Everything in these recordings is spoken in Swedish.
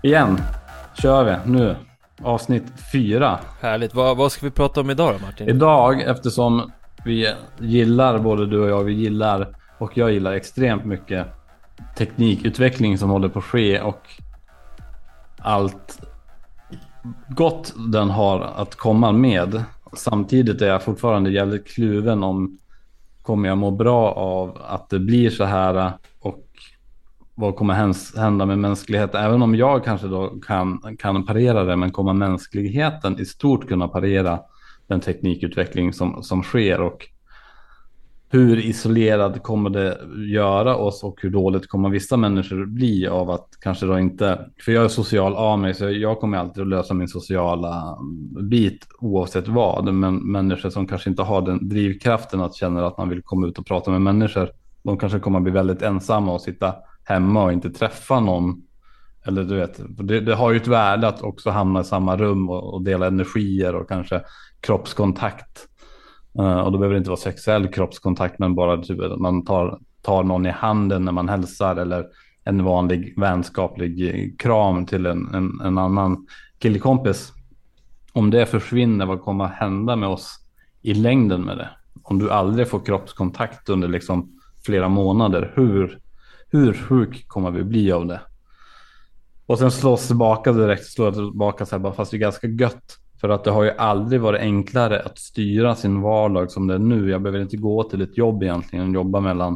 Igen, kör vi nu. Avsnitt 4. Härligt. Vad ska vi prata om idag då, Martin? Idag, eftersom vi gillar, både du och jag, och jag gillar extremt mycket teknikutveckling som håller på att ske och allt gott den har att komma med. Samtidigt är jag fortfarande jävligt kluven om kommer jag må bra av att det blir så här och vad kommer hända med mänskligheten. Även om jag kanske då kan parera det, men kommer mänskligheten i stort kunna parera den teknikutveckling som sker, och hur isolerad kommer det göra oss och hur dåligt kommer vissa människor bli av att kanske då inte, för jag är social av mig så jag kommer alltid att lösa min sociala bit oavsett vad, men människor som kanske inte har den drivkraften att känna att man vill komma ut och prata med människor, de kanske kommer att bli väldigt ensamma och sitta hemma och inte träffa någon. Eller du vet, det har ju ett värde att också hamna i samma rum och dela energier och kanske kroppskontakt. Och då behöver det inte vara sexuell kroppskontakt, men bara typ att man tar någon i handen när man hälsar, eller en vanlig vänskaplig kram till en annan killkompis. Om det försvinner, vad kommer att hända med oss i längden med det? Om du aldrig får kroppskontakt under liksom flera månader, hur sjuk kommer vi bli av det? Och sen slår tillbaka så här, bara, fast det är ganska gött. För att det har ju aldrig varit enklare att styra sin vardag som det är nu. Jag behöver inte gå till ett jobb egentligen och jobba mellan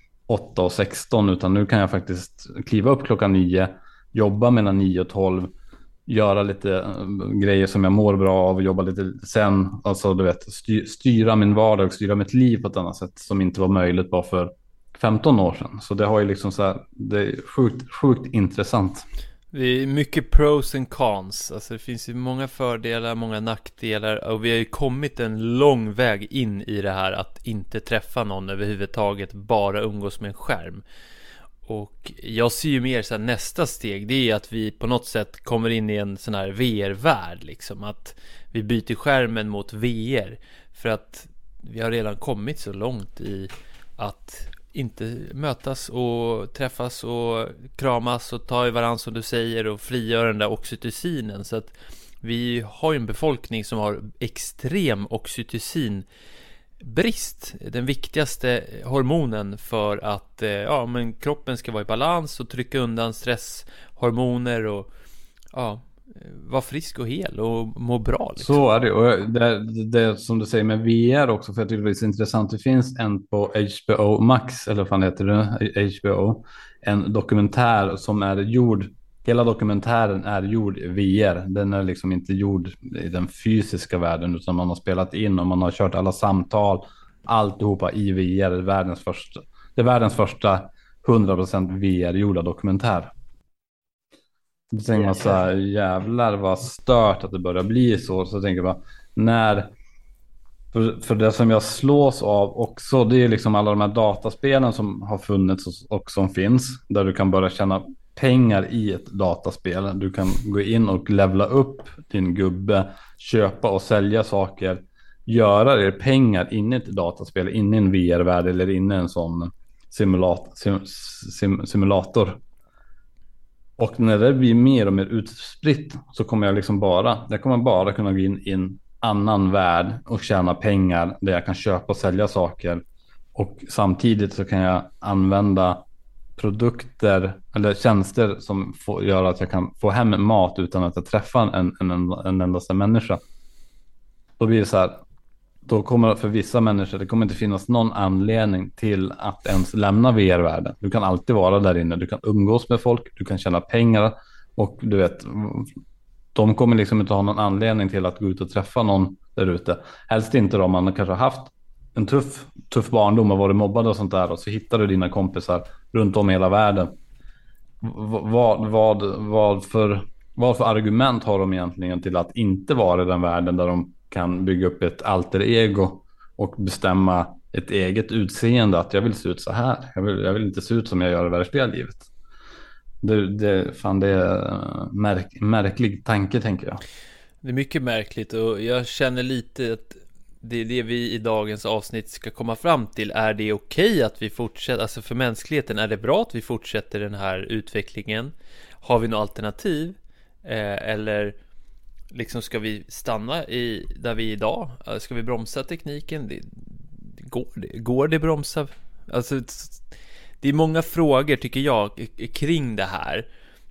8 och 16. Utan nu kan jag faktiskt kliva upp klockan 9, jobba mellan 9 och 12. Göra lite grejer som jag mår bra av, jobba lite sen. Alltså du vet, styra min vardag, styra mitt liv på ett annat sätt som inte var möjligt bara för 15 år sedan. Så det har ju liksom så här, det är sjukt intressant. Det är mycket pros and cons. Alltså det finns ju många fördelar, många nackdelar. Och vi har ju kommit en lång väg in i det här att inte träffa någon överhuvudtaget, bara umgås med en skärm. Och jag ser ju mer så här, nästa steg, det är att vi på något sätt kommer in i en sån här VR-värld liksom. Att vi byter skärmen mot VR. För att vi har redan kommit så långt i att inte mötas och träffas och kramas och ta i varandra som du säger och frigöra den där oxytocinen. Så att vi har ju en befolkning som har extrem oxytocinbrist. Den viktigaste hormonen för att men kroppen ska vara i balans och trycka undan stresshormoner och vara frisk och hel och må bra liksom. Så är det. Och det som du säger med VR också, för jag tycker det är så intressant. Det finns en på HBO Max, eller vad fan heter det? HBO. En dokumentär som är gjord, hela dokumentären är gjord i VR. Den är liksom inte gjord i den fysiska världen, utan man har spelat in och man har kört alla samtal, alltihopa i VR. Det är världens första 100% VR-gjorda dokumentär. Då tänker man så här, jävlar vad stört att det börjar bli så. Så tänker jag bara, för det som jag slås av också, det är liksom alla de här dataspelen som har funnits och som finns, där du kan börja tjäna pengar i ett dataspel. Du kan gå in och levla upp din gubbe, köpa och sälja saker, göra det pengar in i ett dataspel, in i en VR-värld eller in i en sån simulator. Och när det blir mer och mer utspritt så kommer jag bara kunna gå in i en annan värld och tjäna pengar där jag kan köpa och sälja saker. Och samtidigt så kan jag använda produkter eller tjänster som gör att jag kan få hem mat utan att jag träffar en endaste människa. Då blir det så här, då kommer för vissa människor, det kommer inte finnas någon anledning till att ens lämna VR-världen. Du kan alltid vara där inne, du kan umgås med folk, du kan tjäna pengar och du vet, de kommer liksom inte ha någon anledning till att gå ut och träffa någon där ute. Helst inte då, man kanske har haft en tuff barndom och varit mobbad och sånt där, och så hittar du dina kompisar runt om i hela världen. Vad för argument har de egentligen till att inte vara i den världen där de kan bygga upp ett alter ego och bestämma ett eget utseende, att jag vill se ut så här. Jag vill inte se ut som jag gör i verkliga livet. Det är märklig tanke, tänker jag. Det är mycket märkligt, och jag känner lite att det är det vi i dagens avsnitt ska komma fram till. Är det okej att vi fortsätter, alltså för mänskligheten, är det bra att vi fortsätter den här utvecklingen? Har vi något alternativ? Eller liksom ska vi stanna där vi är idag? Ska vi bromsa tekniken? Går det bromsa? Alltså, det är många frågor tycker jag kring det här.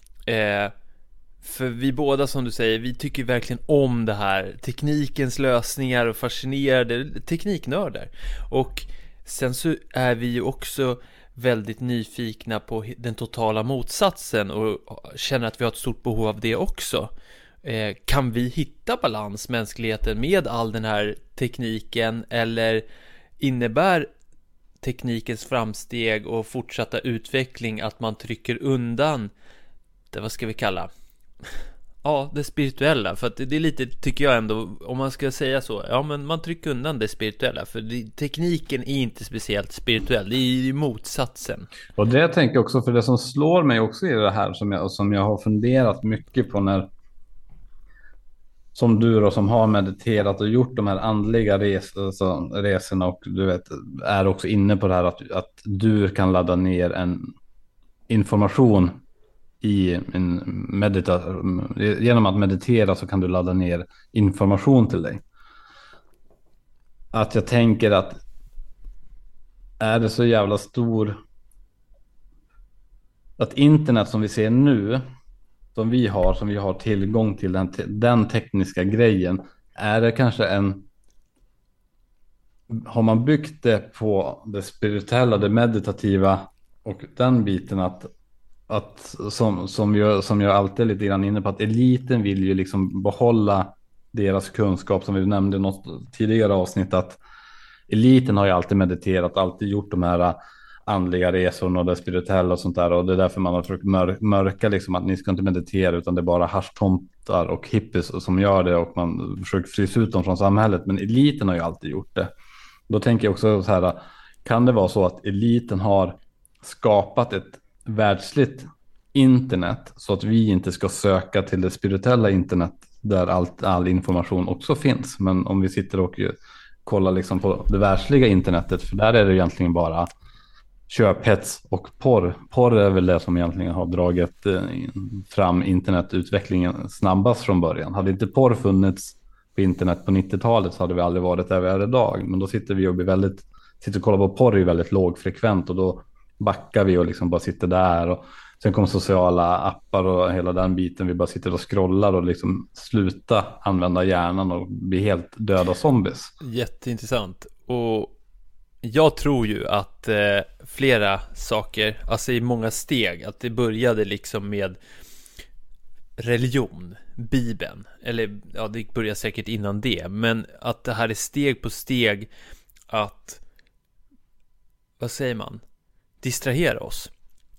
För vi båda, som du säger, vi tycker verkligen om det här, teknikens lösningar, och fascinerade tekniknördar. Och sen så är vi ju också väldigt nyfikna på den totala motsatsen och känner att vi har ett stort behov av det också. Kan vi hitta balans, mänskligheten, med all den här tekniken, eller innebär teknikens framsteg och fortsatta utveckling att man trycker undan det, vad ska vi kalla, ja, det spirituella? För att det är lite, tycker jag ändå, om man ska säga så, ja, men man trycker undan det spirituella, för tekniken är inte speciellt spirituell, det är ju motsatsen. Och det jag tänker också, för det som slår mig också i det här, som jag har funderat mycket på, när som du då, som har mediterat och gjort de här andliga resorna, och du vet, är också inne på det här att du kan ladda ner en information i en genom att meditera, så kan du ladda ner information till dig. Att jag tänker att, är det så jävla stor, att internet som vi ser nu, som vi har tillgång till, den tekniska grejen, är det kanske har man byggt det på det spirituella, det meditativa och den biten, att som jag alltid är lite grann inne på, att eliten vill ju liksom behålla deras kunskap, som vi nämnde i något tidigare avsnitt, att eliten har ju alltid mediterat, alltid gjort de här andliga resorna och det spirituella och sånt där, och det är därför man har försökt mörka liksom, att ni ska inte meditera, utan det är bara haschtomtar och hippies som gör det, och man försöker frysa ut dem från samhället, men eliten har ju alltid gjort det. Då tänker jag också så här, kan det vara så att eliten har skapat ett världsligt internet, så att vi inte ska söka till det spirituella internet där all information också finns? Men om vi sitter och kollar liksom på det världsliga internetet, för där är det egentligen bara köphets och porr. Porr är väl det som egentligen har dragit fram internetutvecklingen snabbast från början. Hade inte porr funnits på internet på 90-talet, så hade vi aldrig varit där vi är idag. Men då sitter vi och sitter och kollar på porr, är väldigt lågfrekvent, och då backar vi och liksom bara sitter där, och sen kommer sociala appar och hela den biten. Vi bara sitter och scrollar och liksom sluta använda hjärnan och bli helt döda zombies. Jätteintressant. Och jag tror ju att flera saker, alltså i många steg, att det började liksom med religion, Bibeln, eller ja, det började säkert innan det, men att det här är steg på steg att, vad säger man, distrahera oss.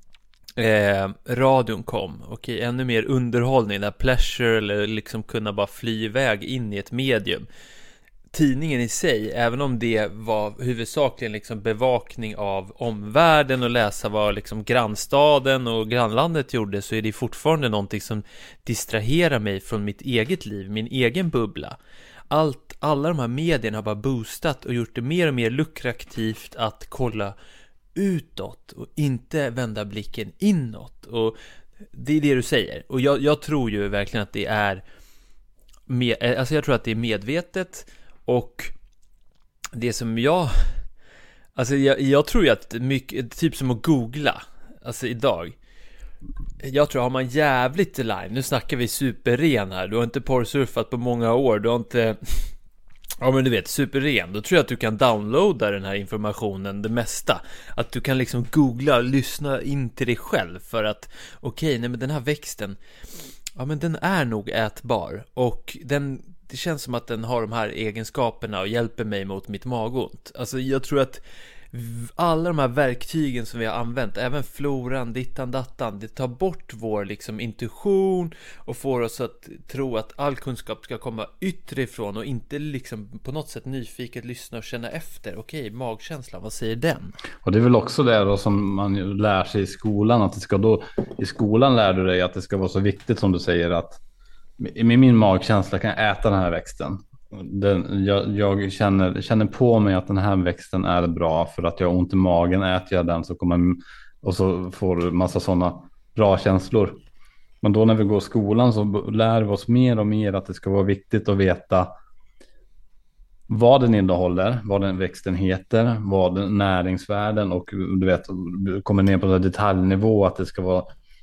Radion kom, okej, ännu mer underhållning, där pleasure, eller liksom kunna bara fly iväg in i ett medium. Tidningen i sig, även om det var huvudsakligen liksom bevakning av omvärlden och läsa vad liksom grannstaden och grannlandet gjorde, så är det fortfarande någonting som distraherar mig från mitt eget liv, min egen bubbla. Alla de här medierna har bara boostat och gjort det mer och mer lukrativt att kolla utåt och inte vända blicken inåt. Och det är det du säger. Och jag tror ju verkligen att det är alltså jag tror att det är medvetet. Och det som jag tror ju att mycket, typ som att googla, alltså idag, jag tror, har man jävligt line, nu snackar vi superren här, du har inte porrsurfat på många år, du har inte, ja men du vet, superren, då tror jag att du kan downloada den här informationen, det mesta, att du kan liksom googla, lyssna in till dig själv, för att okej, nej men den här växten, ja men den är nog ätbar, och det känns som att den har de här egenskaperna och hjälper mig mot mitt magont. Alltså jag tror att alla de här verktygen som vi har använt, även floran, dittan, dattan, det tar bort vår liksom intuition och får oss att tro att all kunskap ska komma yttre ifrån, och inte liksom på något sätt nyfiket lyssna och känna efter. Okej, magkänslan, vad säger den? Och det är väl också det då som man lär sig i skolan, att det ska då, i skolan lär du dig att det ska vara så viktigt som du säger, att med min magkänsla kan jag äta den här växten. Jag känner på mig att den här växten är bra, för att jag har ont i magen, äter jag den så kommer, och så får massa sådana bra känslor. Men då när vi går i skolan så lär vi oss mer och mer att det ska vara viktigt att veta vad den innehåller, vad den växten heter, vad den näringsvärden, och du vet, du kommer ner på detaljnivå, att det ska vara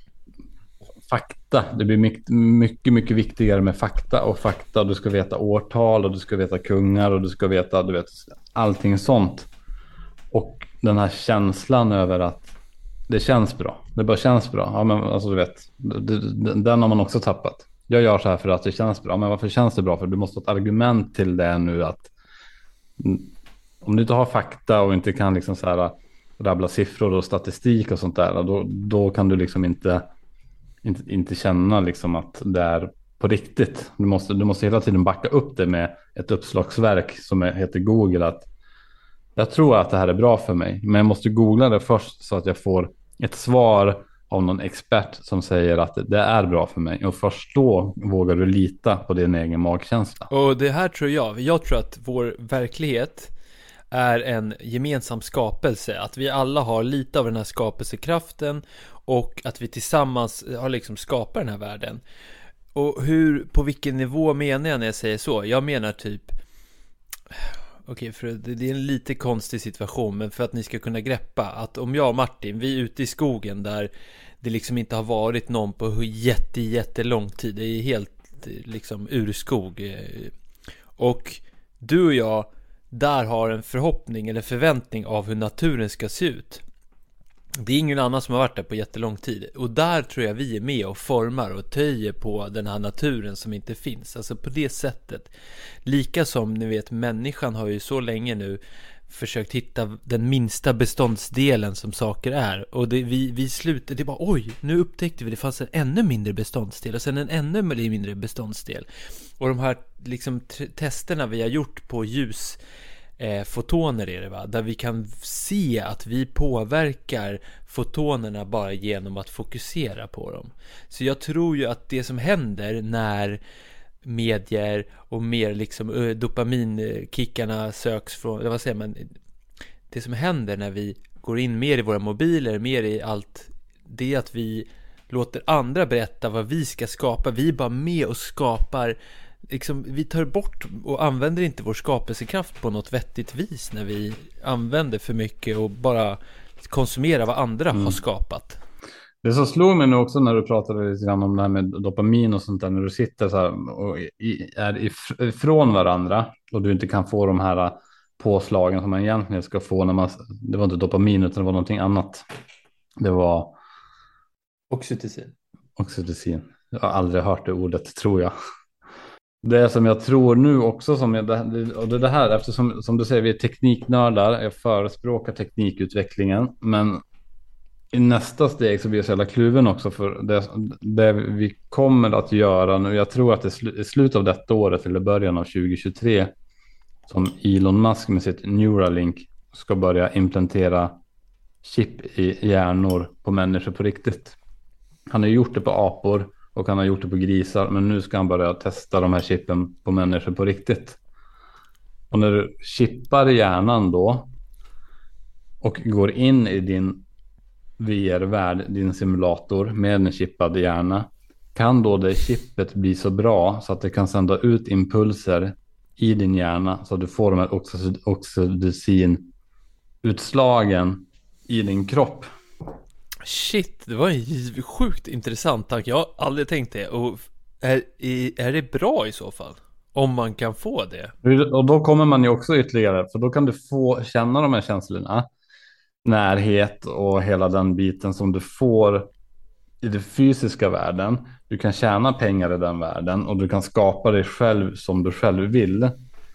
fakta. Det blir mycket viktigare med fakta. Du ska veta årtal och du ska veta kungar och du ska veta, du vet, allting sånt. Och den här känslan över att det känns bra. Det bara känns bra. Ja, men alltså du vet, den har man också tappat. Jag gör så här för att det känns bra. Men varför känns det bra? För du måste ha ett argument till det nu, att om du inte har fakta och inte kan liksom så här rabbla siffror och statistik och sånt där, då kan du liksom inte känna liksom att det är på riktigt. Du måste hela tiden backa upp det med ett uppslagsverk som heter Google, att jag tror att det här är bra för mig, men jag måste googla det först så att jag får ett svar av någon expert som säger att det är bra för mig, och först då vågar du lita på din egen magkänsla. Och det här tror jag tror att vår verklighet är en gemensam skapelse, att vi alla har lite av den här skapelsekraften och att vi tillsammans har liksom skapat den här världen. Och på vilken nivå menar jag när jag säger så? Jag menar typ, okej, för det är en lite konstig situation, men för att ni ska kunna greppa att om jag och Martin, vi är ute i skogen där det liksom inte har varit någon på jättelång tid, det är helt liksom urskog, och du och jag där har en förhoppning eller förväntning av hur naturen ska se ut. Det är ingen annan som har varit där på jättelång tid, och där tror jag vi är med och formar och töjer på den här naturen som inte finns, alltså på det sättet. Lika som ni vet, människan har ju så länge nu försökt hitta den minsta beståndsdelen som saker är, och vi slutade, det bara oj, nu upptäckte vi det fanns en ännu mindre beståndsdel och sen en ännu mindre beståndsdel. Och de här liksom testerna vi har gjort på fotoner är det, va? Där vi kan se att vi påverkar fotonerna bara genom att fokusera på dem. Så jag tror ju att det som händer när medier och mer liksom dopaminkickarna söks från, eller vad säger man, det som händer när vi går in mer i våra mobiler, mer i allt, det är att vi låter andra berätta vad vi ska skapa. Vi är bara med och skapar liksom, vi tar bort och använder inte vår skapelsekraft på något vettigt vis när vi använder för mycket och bara konsumerar vad andra har skapat. Det som slog mig nu också när du pratade lite grann om det här med dopamin och sånt där, när du sitter så här och är ifrån varandra och du inte kan få de här påslagen som man egentligen ska få när det var inte dopamin utan det var någonting annat. Det var oxytocin. Jag har aldrig hört det ordet, tror jag. Det som jag tror nu också och det här, eftersom som du säger, vi är tekniknördar, jag förespråkar teknikutvecklingen, men i nästa steg så blir jag så jävla kluven också, för det vi kommer att göra nu, jag tror att det är i slutet av detta året eller början av 2023 som Elon Musk med sitt Neuralink ska börja implementera chip i hjärnor på människor på riktigt. Han har gjort det på apor och han har gjort det på grisar, men nu ska han börja testa de här chippen på människor på riktigt. Och när du chippar hjärnan då och går in i din VR-värld, din simulator med en chippad hjärna, kan då det chippet bli så bra så att det kan sända ut impulser i din hjärna så att du får de här oxytocin-utslagen i din kropp. Shit, det var en sjukt intressant tanke. Jag har aldrig tänkt det. Och är det bra i så fall? Om man kan få det? Och då kommer man ju också ytterligare, för då kan du få känna de här känslorna, närhet och hela den biten som du får i den fysiska världen. Du kan tjäna pengar i den världen och du kan skapa dig själv som du själv vill.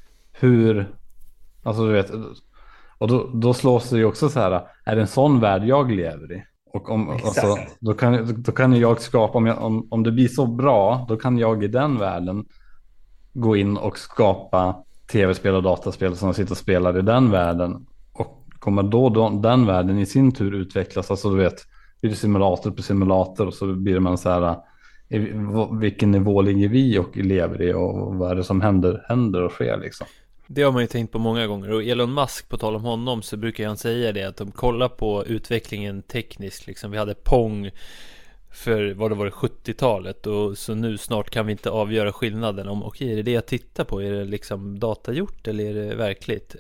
Alltså du vet, och då slås det ju också så här, är det en sån värld jag lever i? Och alltså, då kan jag skapa, om det blir så bra, då kan jag i den världen gå in och skapa tv-spel och dataspel som sitter och spelar i den världen. Och kommer då den världen i sin tur utvecklas, alltså du vet, blir det simulator på simulator, och så blir man så här, vilken nivå ligger vi och lever i, och vad är det som händer och sker liksom. Det har man ju tänkt på många gånger, och Elon Musk, på tal om honom, så brukar han säga det, att de kollar på utvecklingen tekniskt liksom. Vi hade Pong för vad det var 70-talet, och så nu snart kan vi inte avgöra skillnaden om okej, är det jag tittar på, är det liksom datagjort eller är det verkligt?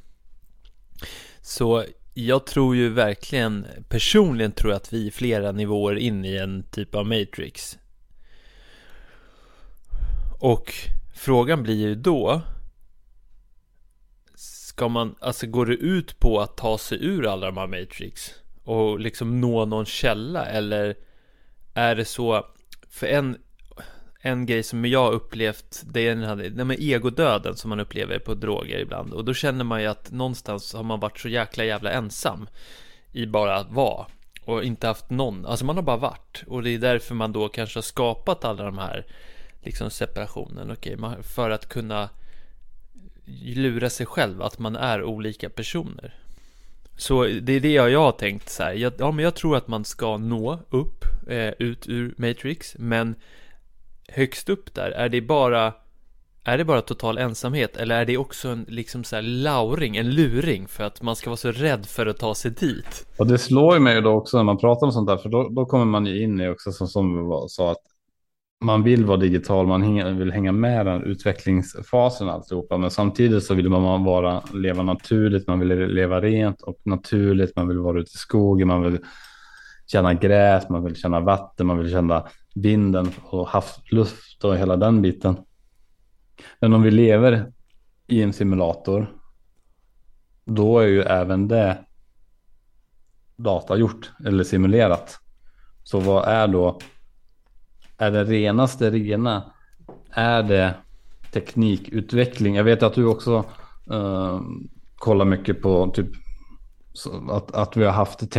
Så jag tror ju verkligen, personligen tror jag att vi är flera nivåer in i en typ av Matrix. Och frågan blir ju då, ska man, alltså går det ut på att ta sig ur alla de här Matrix och liksom nå någon källa, eller är det så, för en grej som jag har upplevt, det är den med egodöden som man upplever på droger ibland, och då känner man ju att någonstans har man varit så jävla ensam i bara att vara och inte haft någon, alltså man har bara varit, och det är därför man då kanske har skapat alla de här liksom separationen, för att kunna lura sig själv att man är olika personer. Så det är det jag har tänkt så här. Men jag tror att man ska nå upp ut ur Matrix, men högst upp där, är det bara total ensamhet, eller är det också en liksom så här en luring för att man ska vara så rädd för att ta sig dit? Och det slår ju mig då också när man pratar om sånt där, för då kommer man ju in i också som vi sa, att man vill vara digital, man vill hänga med den utvecklingsfasen alltihopa, men samtidigt så vill man leva naturligt, man vill leva rent och naturligt, man vill vara ute i skogen, man vill känna gräs, man vill känna vatten, man vill känna vinden och havsluft och hela den biten. Men om vi lever i en simulator, då är ju även det datagjort eller simulerat. Så vad är då? Är det renaste rena? Är det teknikutveckling? Jag vet att du också kollar mycket på typ att vi har haft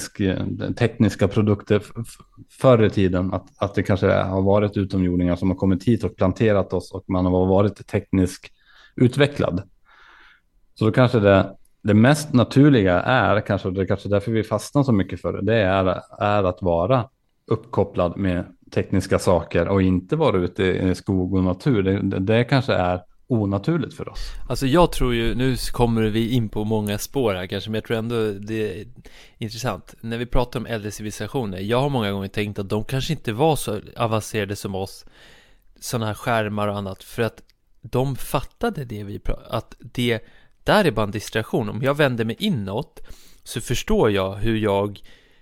tekniska produkter förr i tiden. Att det kanske har varit utomjordingar som har kommit hit och planterat oss, och man har varit tekniskt utvecklad. Så då kanske det mest naturliga är, kanske därför vi fastnar så mycket för det är att vara uppkopplad med tekniska saker och inte vara ute i skog och natur. Det kanske är onaturligt för oss. Alltså jag tror ju, nu kommer vi in på många spår här kanske, men jag tror ändå det är intressant. När vi pratar om äldre civilisationer, jag har många gånger tänkt att de kanske inte var så avancerade som oss, sådana här skärmar och annat, för att de fattade det vi pratar, att det där är bara en distraktion. Om jag vänder mig inåt så förstår jag hur jag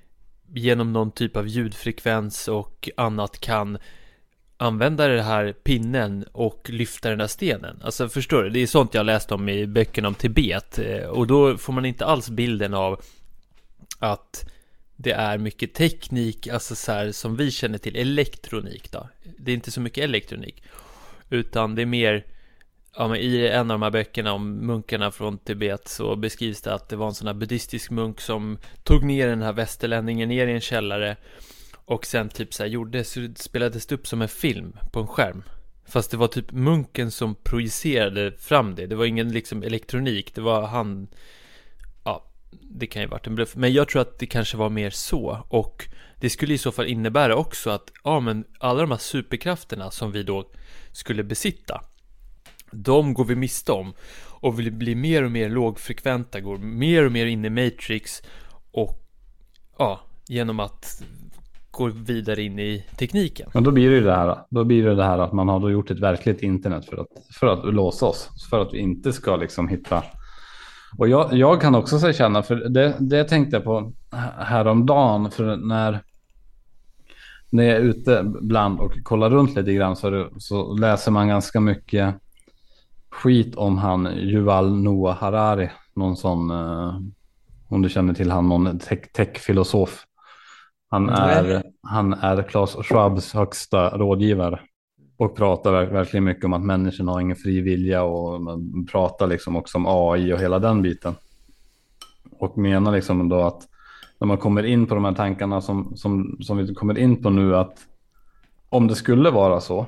genom någon typ av ljudfrekvens och annat kan använda det här pinnen och lyfta den här stenen. Alltså förstår du? Det är sånt jag läst om i böckerna om Tibet, och då får man inte alls bilden av att det är mycket teknik, alltså så här, som vi känner till elektronik då. Det är inte så mycket elektronik, utan det är mer, ja, men i en av de här böckerna om munkarna från Tibet så beskrivs det att det var en sån här buddhistisk munk som tog ner den här västerlänningen ner i en källare, och sen typ så här spelades det upp som en film på en skärm. Fast det var typ munken som projicerade fram det. Det var ingen liksom elektronik, det var han. Ja, det kan ju varit en bluff, men jag tror att det kanske var mer så. Och det skulle i så fall innebära också att men alla de här superkrafterna som vi då skulle besitta, de går vi miste om och vill bli mer och mer lågfrekventa, går mer och mer in i Matrix, och genom att gå vidare in i tekniken. Men då blir det här att man har då gjort ett verkligt internet för att låsa oss, för att vi inte ska liksom hitta. Och jag kan också känna, för det tänkte jag på häromdagen, för när jag är ute bland och kollar runt lite grann så läser man ganska mycket skit om han Yuval Noah Harari, någon sån, om du känner till han, någon tech-filosof. Han är Klaus Schwabs högsta rådgivare och pratar verkligen mycket om att människan har ingen fri vilja, och man pratar liksom också om AI och hela den biten. Och menar liksom då att när man kommer in på de här tankarna som vi kommer in på nu, att om det skulle vara så,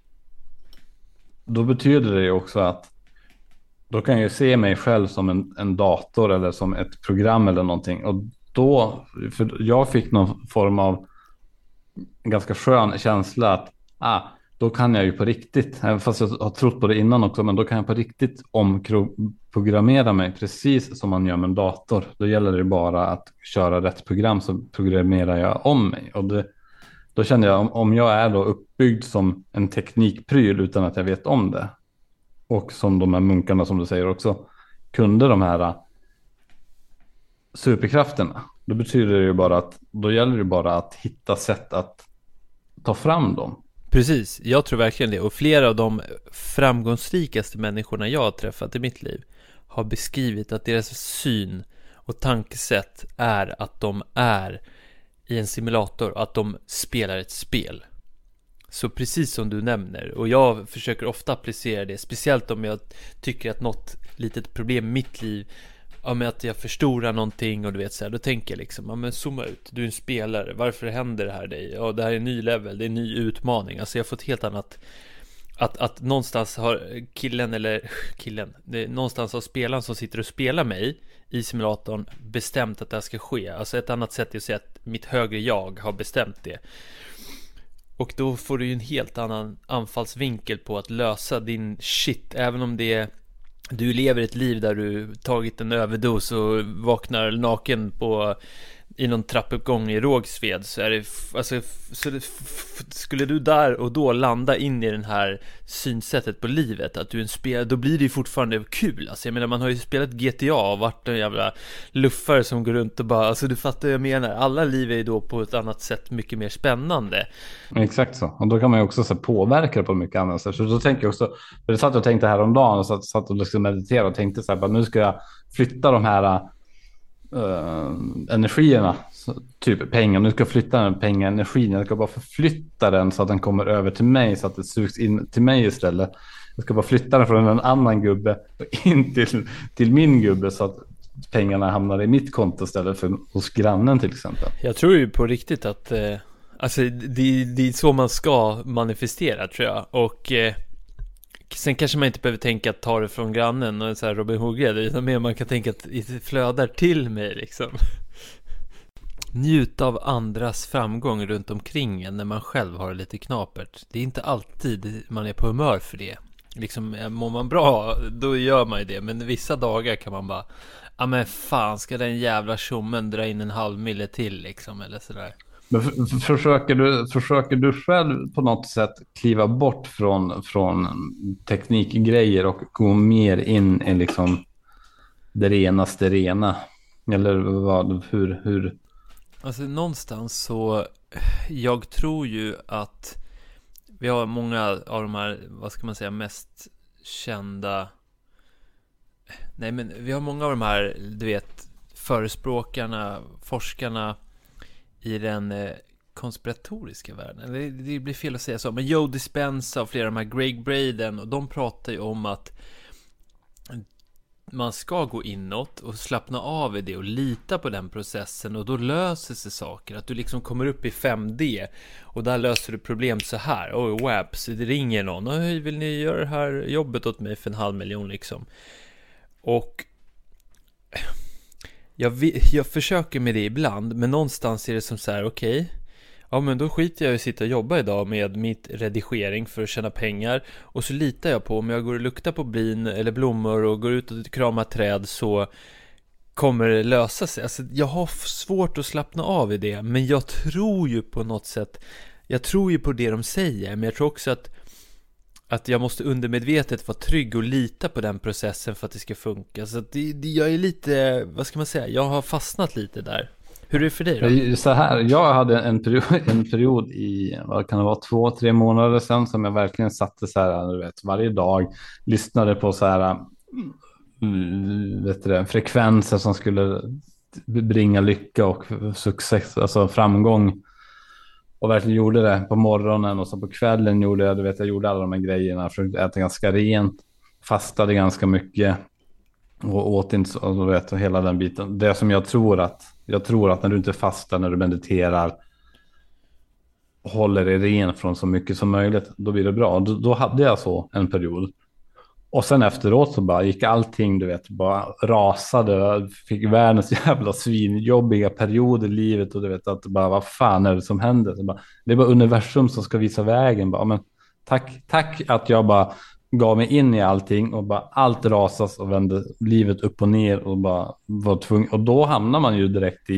då betyder det ju också att då kan jag se mig själv som en dator eller som ett program eller någonting. Och då, för jag fick någon form av ganska skön känsla att då kan jag ju på riktigt, även fast jag har trott på det innan också, men då kan jag på riktigt omprogrammera mig precis som man gör med en dator. Då gäller det bara att köra rätt program, så programmerar jag om mig. Och Då kände jag om jag är då uppbyggd som en teknikpryl utan att jag vet om det. Och som de här munkarna som du säger också kunde de här superkrafterna. Då betyder det ju bara att då gäller det bara att hitta sätt att ta fram dem. Precis, jag tror verkligen det. Och flera av de framgångsrikaste människorna jag har träffat i mitt liv har beskrivit att deras syn och tankesätt är att de är i en simulator, att de spelar ett spel. Så precis som du nämner, och jag försöker ofta applicera det, speciellt om jag tycker att något litet problem i mitt liv, med att jag förstorar någonting och du vet så här, då tänker jag liksom, ja men zooma ut, du är en spelare, varför händer det här dig? Ja, det här är en ny level, det är en ny utmaning. Alltså jag har fått helt annat, att någonstans har någonstans har spelaren som sitter och spelar mig i simulatorn bestämt att det här ska ske. Alltså ett annat sätt är att säga att mitt högre jag har bestämt det. Och då får du ju en helt annan anfallsvinkel på att lösa din shit, även om det är, du lever ett liv där du tagit en överdos och vaknar naken i någon trappuppgång i Rågsved, så är det alltså, skulle du där och då landa in i den här synsättet på livet, att du är en spelare, då blir det ju fortfarande kul. Alltså jag menar, man har ju spelat GTA och varit en jävla luffare som går runt och bara, alltså du fattar vad jag menar, alla liv är ju då på ett annat sätt mycket mer spännande. Exakt så, och då kan man ju också så påverka det på mycket annat sätt. Så då tänker jag också, för det satt jag och tänkte häromdagen och satt och liksom mediterade och tänkte så här, bara, nu ska jag flytta de här energierna, typ pengar. Nu ska jag flytta den pengaenergin. Jag ska bara förflytta den så att den kommer över till mig, så att det sugs in till mig istället. Jag ska bara flytta den från en annan gubbe och in till min gubbe, så att pengarna hamnar i mitt konto istället för hos grannen till exempel. Jag tror ju på riktigt att alltså det är så man ska manifestera, tror jag. Och sen kanske man inte behöver tänka att ta det från grannen och så här Robin Hood-grej, utan mer man kan tänka att det flödar till mig liksom. Njuta av andras framgång runt omkring en när man själv har det lite knapert. Det är inte alltid man är på humör för det. Liksom, mår man bra, då gör man ju det. Men vissa dagar kan man bara, ja men fan, ska den jävla tjommen dra in 1/2 mille till liksom, eller sådär. Men försöker du själv på något sätt kliva bort från teknikgrejer och gå mer in i liksom det renaste rena? Eller vad, hur? Alltså någonstans så, jag tror ju att vi har många av de här, vad ska man säga, mest kända, nej men vi har många av de här, du vet, förespråkarna, forskarna i den konspiratoriska världen. Det blir fel att säga så, men Joe Dispenza och flera av de här, Greg Braden, och de pratar ju om att man ska gå inåt och slappna av i det och lita på den processen, och då löser sig saker. Att du liksom kommer upp i 5D och där löser du problem så här. Oj, waps, det ringer någon. Oj, vill ni göra det här jobbet åt mig för 1/2 miljon liksom? Och jag försöker med det ibland, men någonstans är det som så här, okej, ja men då skiter jag i att sitta och jobba idag med mitt redigering för att tjäna pengar, och så litar jag på, om jag går och luktar på bin eller blommor och går ut och kramar träd, så kommer det lösa sig. Alltså jag har svårt att slappna av i det, men jag tror ju på något sätt, jag tror ju på det de säger, men jag tror också att jag måste undermedvetet vara trygg och lita på den processen för att det ska funka. Så att jag är lite, vad ska man säga, jag har fastnat lite där. Hur är det för dig då? Så här, jag hade en period i, vad kan det vara, 2-3 månader sedan, som jag verkligen satte så här, du vet, varje dag lyssnade på så här, vet du det, frekvenser som skulle bringa lycka och success, alltså framgång, och verkligen gjorde det på morgonen, och så på kvällen gjorde jag, du vet, jag gjorde alla de här grejerna, försökte äta ganska rent, fastade ganska mycket och åt inte så, du vet, och hela den biten. Det som jag tror att när du inte fastar, när du mediterar, håller dig ren från så mycket som möjligt, då blir det bra. Då hade jag så en period. Och sen efteråt så bara gick allting, du vet, bara rasade. Fick världens jävla svinjobbiga perioder i livet, och du vet att bara, vad fan är det som händer? Så bara, det är bara universum som ska visa vägen. Bara, men tack att jag bara gav mig in i allting, och bara allt rasas och vände livet upp och ner, och bara var tvungen. Och då hamnar man ju direkt i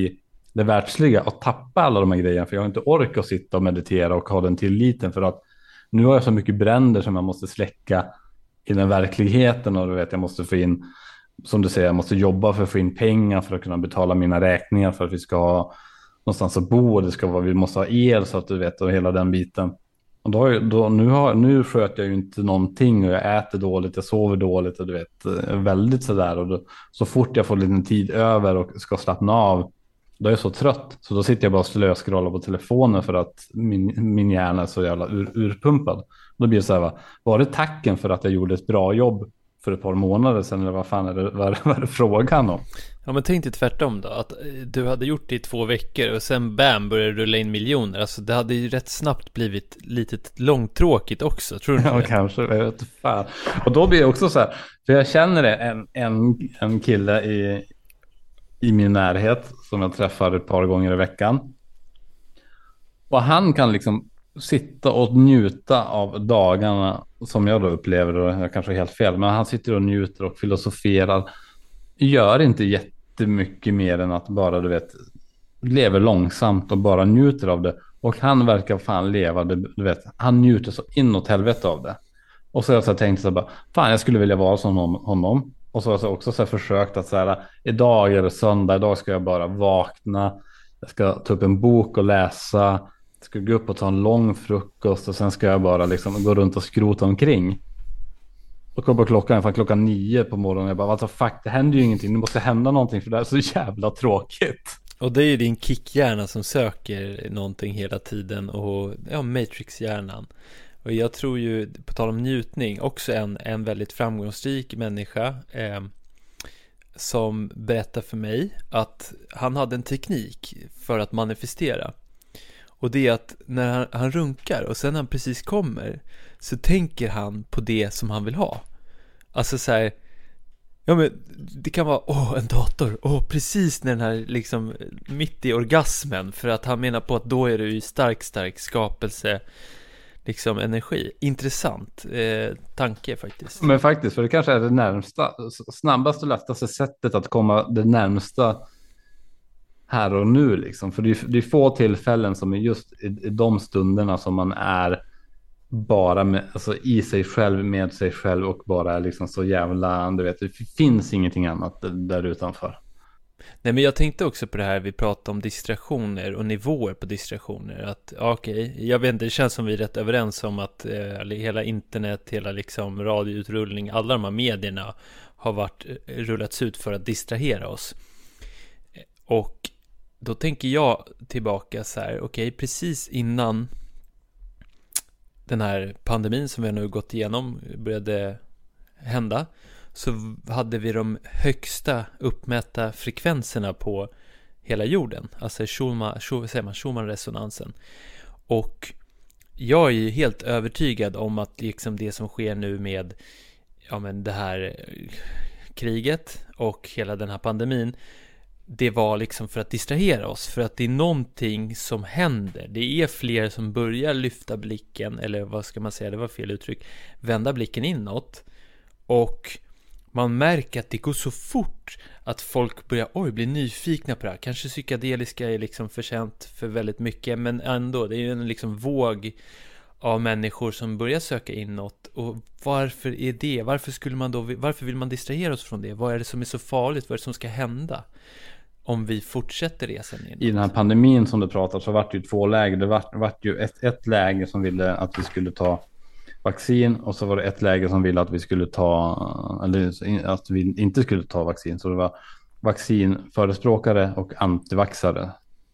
det världsliga och tappa alla de här grejerna. För jag har inte ork att sitta och meditera och ha den tilliten, för att nu har jag så mycket bränder som jag måste släcka i den verkligheten, och du vet, jag måste få in, som du säger, jag måste jobba för att få in pengar för att kunna betala mina räkningar, för att vi ska ha någonstans att bo, och det ska vara, vi måste ha el, så att du vet, och hela den biten. Och nu sköter jag ju inte någonting, och jag äter dåligt, jag sover dåligt, och du vet, väldigt sådär. Och då, så fort jag får lite tid över och ska slappna av, då är jag så trött. Så då sitter jag bara och slöskrollar på telefonen, för att min hjärna är så jävla urpumpad. Då blir det så här, va? Var det tacken för att jag gjorde ett bra jobb för ett par månader sedan, eller vad fan är det, vad är det frågan om? Ja, men tänk dig tvärtom då, att du hade gjort det i 2 veckor och sen bam, började rulla in miljoner. Alltså det hade ju rätt snabbt blivit lite långtråkigt också, tror du inte Ja, det? kanske, jag vet inte fan. Och då blir det också så här, för jag känner en kille i min närhet som jag träffar ett par gånger i veckan. Och han kan liksom sitta och njuta av dagarna, som jag då upplever, och jag kanske är helt fel, men han sitter och njuter och filosoferar. Gör inte jättemycket mer än att bara, du vet, lever långsamt och bara njuter av det. Och han verkar fan leva det, du vet, han njuter så inåt helvete av det. Och så har jag så tänkt så bara, fan, jag skulle vilja vara som honom. Och så har jag också så försökt att så här, idag är det söndag, idag ska jag bara vakna. Jag ska ta upp en bok och läsa. Jag ska gå upp och ta en lång frukost, och sen ska jag bara liksom gå runt och skrota omkring. Och kom på klockan 9 på morgonen. Jag bara, what the fuck, det händer ju ingenting. Det måste hända någonting, för det är så jävla tråkigt. Och det är ju din kickhjärna som söker någonting hela tiden, och ja, Matrix-hjärnan. Och jag tror ju, på tal om njutning, också en väldigt framgångsrik människa som berättar för mig att han hade en teknik för att manifestera. Och det är att när han runkar och sen han precis kommer, så tänker han på det som han vill ha. Alltså så här, ja, men det kan vara, en dator, precis när den här liksom mitt i orgasmen, för att han menar på att då är du i stark skapelse, liksom energi. Intressant tanke faktiskt. Men faktiskt, för det kanske är det närmsta, snabbaste och lättaste sättet att komma det närmsta här och nu liksom. För det är få tillfällen som är just i de stunderna som man är bara med, alltså i sig själv, med sig själv, och bara är liksom så jävla, du vet, det finns ingenting annat där utanför. Nej, men jag tänkte också på det här, vi pratade om distraktioner och nivåer på distraktioner. Att okej, jag vet inte, det känns som vi är rätt överens om att hela internet, hela liksom radioutrullning, alla de här medierna har rullats ut för att distrahera oss. Och då tänker jag tillbaka så här, okej, precis innan den här pandemin som vi nu gått igenom började hända, så hade vi de högsta uppmätta frekvenserna på hela jorden. Alltså Schumann-resonansen. Och jag är ju helt övertygad om att liksom det som sker nu med det här kriget och hela den här pandemin, det var liksom för att distrahera oss, för att det är någonting som händer. Det är fler som börjar lyfta blicken, eller vad ska man säga, det var fel uttryck, vända blicken inåt, och man märker att det går så fort att folk börjar bli nyfikna på det här. Kanske psykedeliska är liksom förtjänt för väldigt mycket, men ändå, det är ju en liksom våg av människor som börjar söka inåt. Och varför är det? Varför vill man distrahera oss från det? Vad är det som är så farligt? Vad är det som ska hända om vi fortsätter resan inåt? I den här pandemin som du pratar, så vart det ju 2 läger. Det vart ju ett läger som ville att vi skulle ta vaccin, och så var det ett läger som ville att vi skulle att vi inte skulle ta vaccin. Så det var vaccinförespråkare och antivaxare.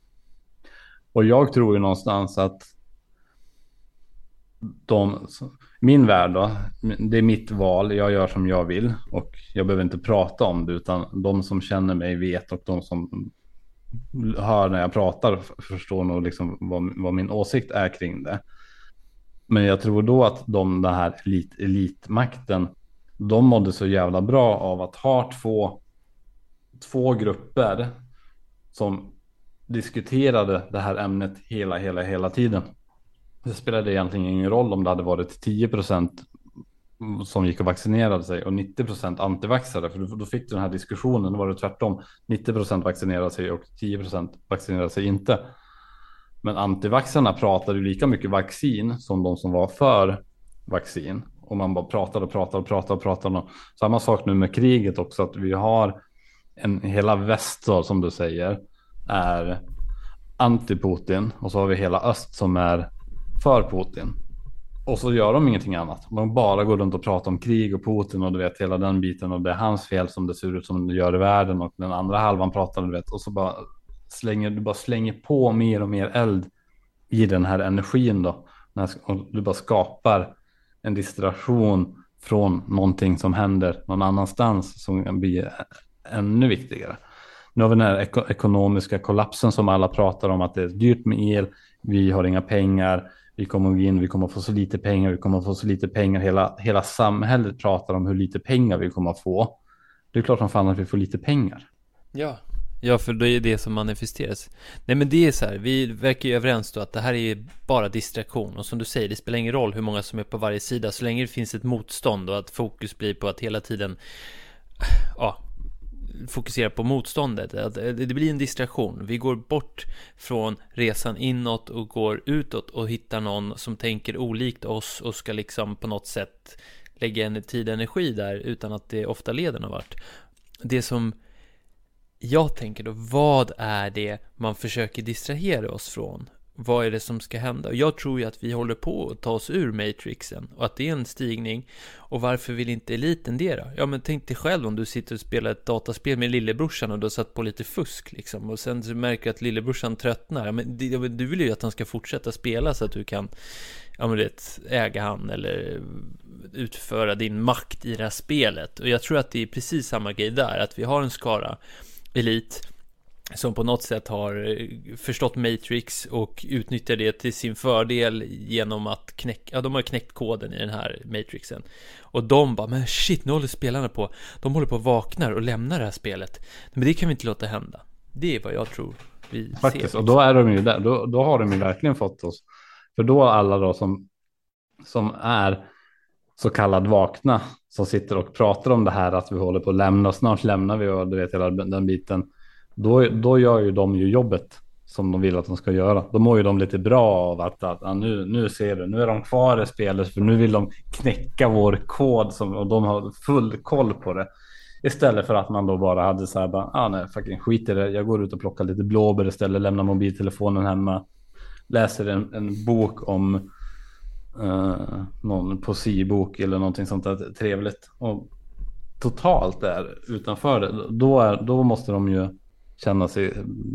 Och jag tror ju någonstans att min värld då, det är mitt val, jag gör som jag vill, och jag behöver inte prata om det, utan de som känner mig vet, och de som hör när jag pratar förstår nog liksom vad min åsikt är kring det. Men jag tror då att den här elitmakten, de mådde så jävla bra av att ha två grupper som diskuterade det här ämnet hela tiden. Det spelade egentligen ingen roll om det hade varit 10% som gick och vaccinerade sig och 90% antivaxare. För då fick du den här diskussionen, då var det tvärtom. 90% vaccinerade sig och 10% vaccinerade sig inte. Men antivaxarna pratade ju lika mycket vaccin som de som var för vaccin. Och man bara pratade. Samma sak nu med kriget också, att vi har hela väst som du säger är anti-Putin och så har vi hela öst som är för Putin. Och så gör de ingenting annat. De bara går runt och pratar om krig och Putin och du vet hela den biten och det är hans fel som det ser ut som det gör i världen och den andra halvan pratar du vet och så bara slänger på mer och mer eld i den här energin då. Och du bara skapar en distraktion från någonting som händer någon annanstans som blir ännu viktigare. Nu har vi den här ekonomiska kollapsen som alla pratar om, att det är dyrt med el, vi har inga pengar, vi kommer att få så lite pengar, hela samhället pratar om hur lite pengar vi kommer att få. Det är klart som fan att vi får lite pengar. Ja, för det är det som manifesteras. Nej, men det är så här, vi verkar ju överens då att det här är bara distraktion. Och som du säger, det spelar ingen roll hur många som är på varje sida, så länge det finns ett motstånd och att fokus blir på att hela tiden fokusera på motståndet. Att det blir en distraktion. Vi går bort från resan inåt och går utåt och hittar någon som tänker olikt oss och ska liksom på något sätt lägga en tid och energi där utan att det ofta leder någon vart. Det som jag tänker då, vad är det man försöker distrahera oss från? Vad är det som ska hända? Och jag tror ju att vi håller på att ta oss ur Matrixen och att det är en stigning. Och varför vill inte eliten det då? Ja, men tänk dig själv om du sitter och spelar ett dataspel med lillebrorsan och du har satt på lite fusk liksom. Och sen så märker du att lillebrorsan tröttnar. Ja, men du vill ju att han ska fortsätta spela så att du kan äga han eller utföra din makt i det här spelet. Och jag tror att det är precis samma grej där. Att vi har en skara elit som på något sätt har förstått Matrix och utnyttjar det till sin fördel genom att de har knäckt koden i den här Matrixen. Och de bara, men shit, nu håller spelarna på. De håller på att vakna och lämna det här spelet. Men det kan vi inte låta hända. Det är vad jag tror vi faktiskt ser. Och då är de ju där. Då har de ju verkligen fått oss. För då alla då som är så kallad vakna, som sitter och pratar om det här att vi håller på att lämna och snart lämnar vi och du vet hela den biten. Då gör ju de ju jobbet som de vill att de ska göra. Då mår ju de lite bra av att nu ser du, nu är de kvar i spelet för nu vill de knäcka vår kod och de har full koll på det. Istället för att man då bara hade så här nej, fucking skit i det. Jag går ut och plockar lite blåbär istället, lämnar mobiltelefonen hemma, läser en bok om någon poesibok eller någonting sånt där trevligt och totalt där utanför det. Då måste de ju känna sig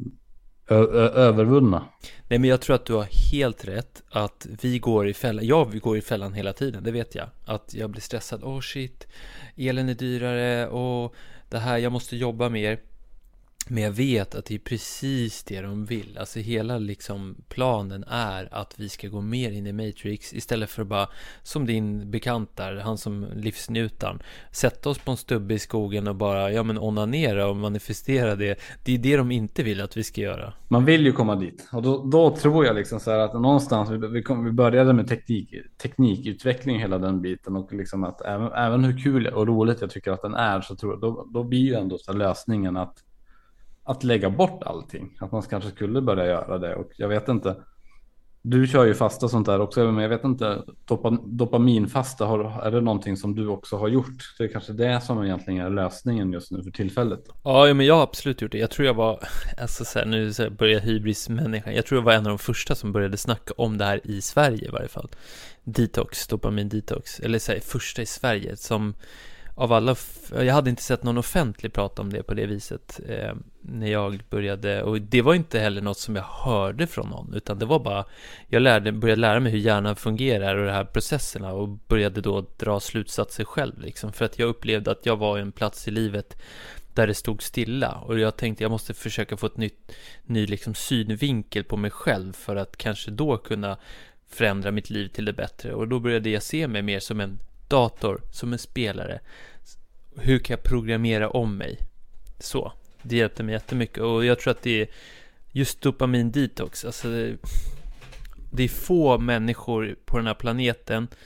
övervunna. Nej, men jag tror att du har helt rätt att vi går i fällan. Vi går i fällan hela tiden, det vet jag. Att jag blir stressad. Shit, elen är dyrare och det här, jag måste jobba mer. Men jag vet att det är precis det de vill. Alltså hela liksom planen är att vi ska gå mer in i Matrix istället för bara, som din bekant där, han som livsnjutan, sätta oss på en stubbe i skogen och bara, onanera och manifestera det. Det är det de inte vill att vi ska göra. Man vill ju komma dit. Och då tror jag liksom så här att någonstans vi började med teknikutveckling hela den biten och liksom att även hur kul och roligt jag tycker att den är, så tror jag då blir ju ändå så lösningen att lägga bort allting. Att man kanske skulle börja göra det. Och jag vet inte. Du kör ju fasta sånt där också. Men jag vet inte. Dopaminfasta. Är det någonting som du också har gjort? Det är kanske det som egentligen är lösningen just nu för tillfället. Ja, men jag har absolut gjort det. Jag tror jag var, nu börjar hybrismänniskan. Jag tror jag var en av de första som började snacka om det här i Sverige i varje fall. Dopamin detox. Eller så här, första i Sverige som av alla, jag hade inte sett någon offentlig prata om det på det viset när jag började, och det var inte heller något som jag hörde från någon, utan det var bara, jag började lära mig hur hjärnan fungerar och de här processerna och började då dra slutsatser själv liksom, för att jag upplevde att jag var i en plats i livet där det stod stilla och jag tänkte jag måste försöka få ett ny liksom synvinkel på mig själv för att kanske då kunna förändra mitt liv till det bättre, och då började jag se mig mer som en dator, som en spelare. Hur kan jag programmera om mig? Så, det hjälpte mig jättemycket. Och jag tror att det är just dopamin detox. Alltså det är få människor på den här planeten,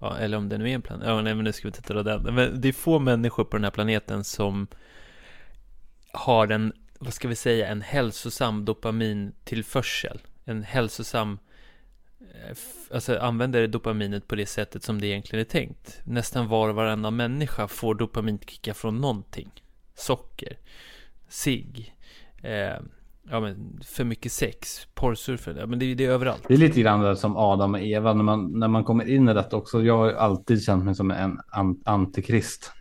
Ja, eller om det nu är en planet. Ja, nej, men nu ska vi inte ta den. Men det är få människor på den här planeten som har en, vad ska vi säga, en hälsosam dopamintillförsel. En hälsosam, alltså använder dopaminet på det sättet som det egentligen är tänkt. Nästan varenda människa får dopaminkickar från någonting. Socker, cigg, ja, men för mycket sex, porrsurfer, ja, men det är överallt. Det är lite grann där som Adam och Eva när man kommer in i detta också. Jag har alltid känt mig som en antikrist.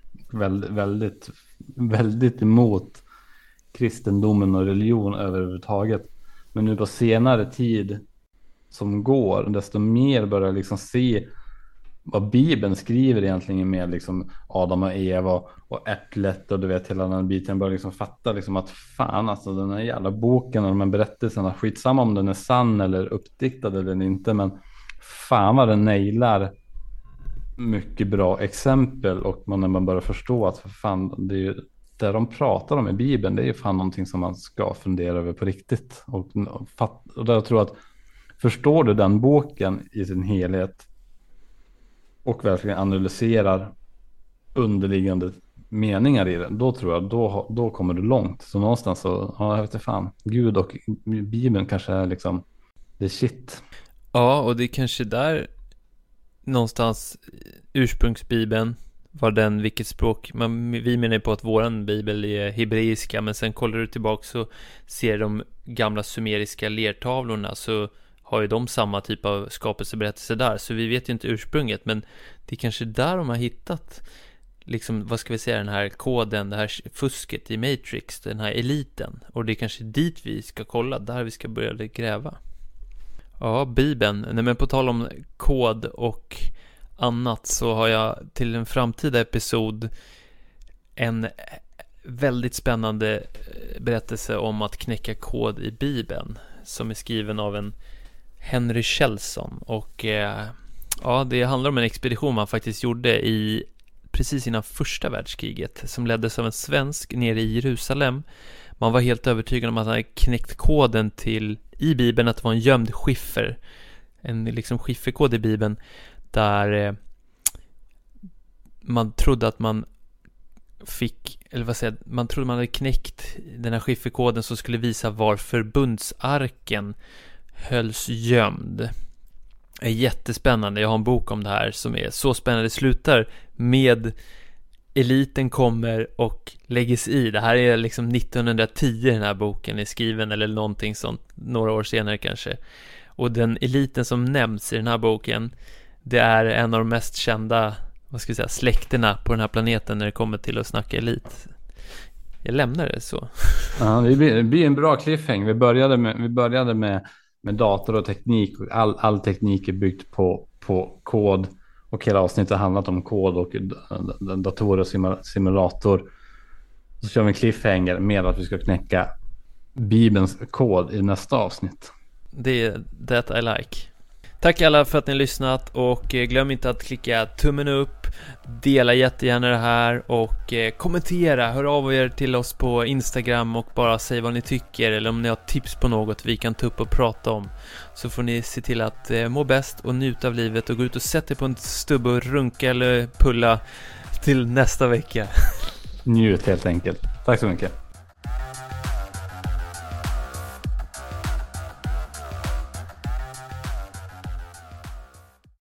Väldigt emot kristendomen och religion överhuvudtaget. Men nu på senare tid som går, desto mer börjar jag liksom se vad Bibeln skriver egentligen med liksom Adam och Eva och äpplet och du vet hela den biten. Jag börjar liksom fatta liksom att fan, alltså den här jävla boken och de här berättelserna, skitsamma om den är sann eller uppdiktad eller inte, men fan vad den nailar mycket bra exempel. Och när man börjar förstå att för fan, det är ju det de pratar om i Bibeln, det är ju fan någonting som man ska fundera över på riktigt. Och där jag tror att förstår du den boken i sin helhet och verkligen analyserar underliggande meningar i den, då tror jag då kommer du långt. Så någonstans så, ja, jag vet inte fan, Gud och Bibeln kanske är liksom det är shit. Ja, och det är kanske där någonstans ursprungsbibeln var den, vilket språk, vi menar ju på att våran bibel är hebreiska, men sen kollar du tillbaka så ser de gamla sumeriska lertavlorna, så har ju de samma typ av skapelseberättelse där, så vi vet ju inte ursprunget, men det är kanske där de har hittat liksom, vad ska vi säga, den här koden, det här fusket i Matrix, den här eliten, och det är kanske dit vi ska kolla, där vi ska börja gräva. Ja, Bibeln. Nej, men på tal om kod och annat så har jag till en framtida episod en väldigt spännande berättelse om att knäcka kod i Bibeln som är skriven av en Henry Kjellson. Och ja, det handlar om en expedition man faktiskt gjorde precis innan första världskriget som leddes av en svensk nere i Jerusalem. Man var helt övertygad om att han hade knäckt koden i Bibeln, att det var en gömd skiffer. En liksom skifferkod i Bibeln där man trodde att man man trodde man hade knäckt den här skifferkoden som skulle visa var förbundsarken hölls gömd. Det är jättespännande. Jag har en bok om det här som är så spännande. Det slutar med eliten kommer och läggs i. Det här är liksom 1910 den här boken är skriven, eller någonting sånt, några år senare kanske. Och den eliten som nämns i den här boken, det är en av de mest kända, vad ska jag säga, släkterna på den här planeten när det kommer till att snacka elit. Jag lämnar det så. Ja, det blir en bra cliffhanger. Vi började med dator och teknik. All teknik är byggt på kod. Och hela avsnittet har handlat om kod och datorer och simulator. Så kör vi en cliffhanger med att vi ska knäcka Bibelns kod i nästa avsnitt. Det är that I like. Tack alla för att ni har lyssnat, och glöm inte att klicka tummen upp, dela jättegärna det här och kommentera, hör av er till oss på Instagram och bara säg vad ni tycker, eller om ni har tips på något vi kan ta upp och prata om, så får ni se till att må bäst och njuta av livet och gå ut och sätta er på en stubb och runka eller pulla till nästa vecka. Njut helt enkelt. Tack så mycket.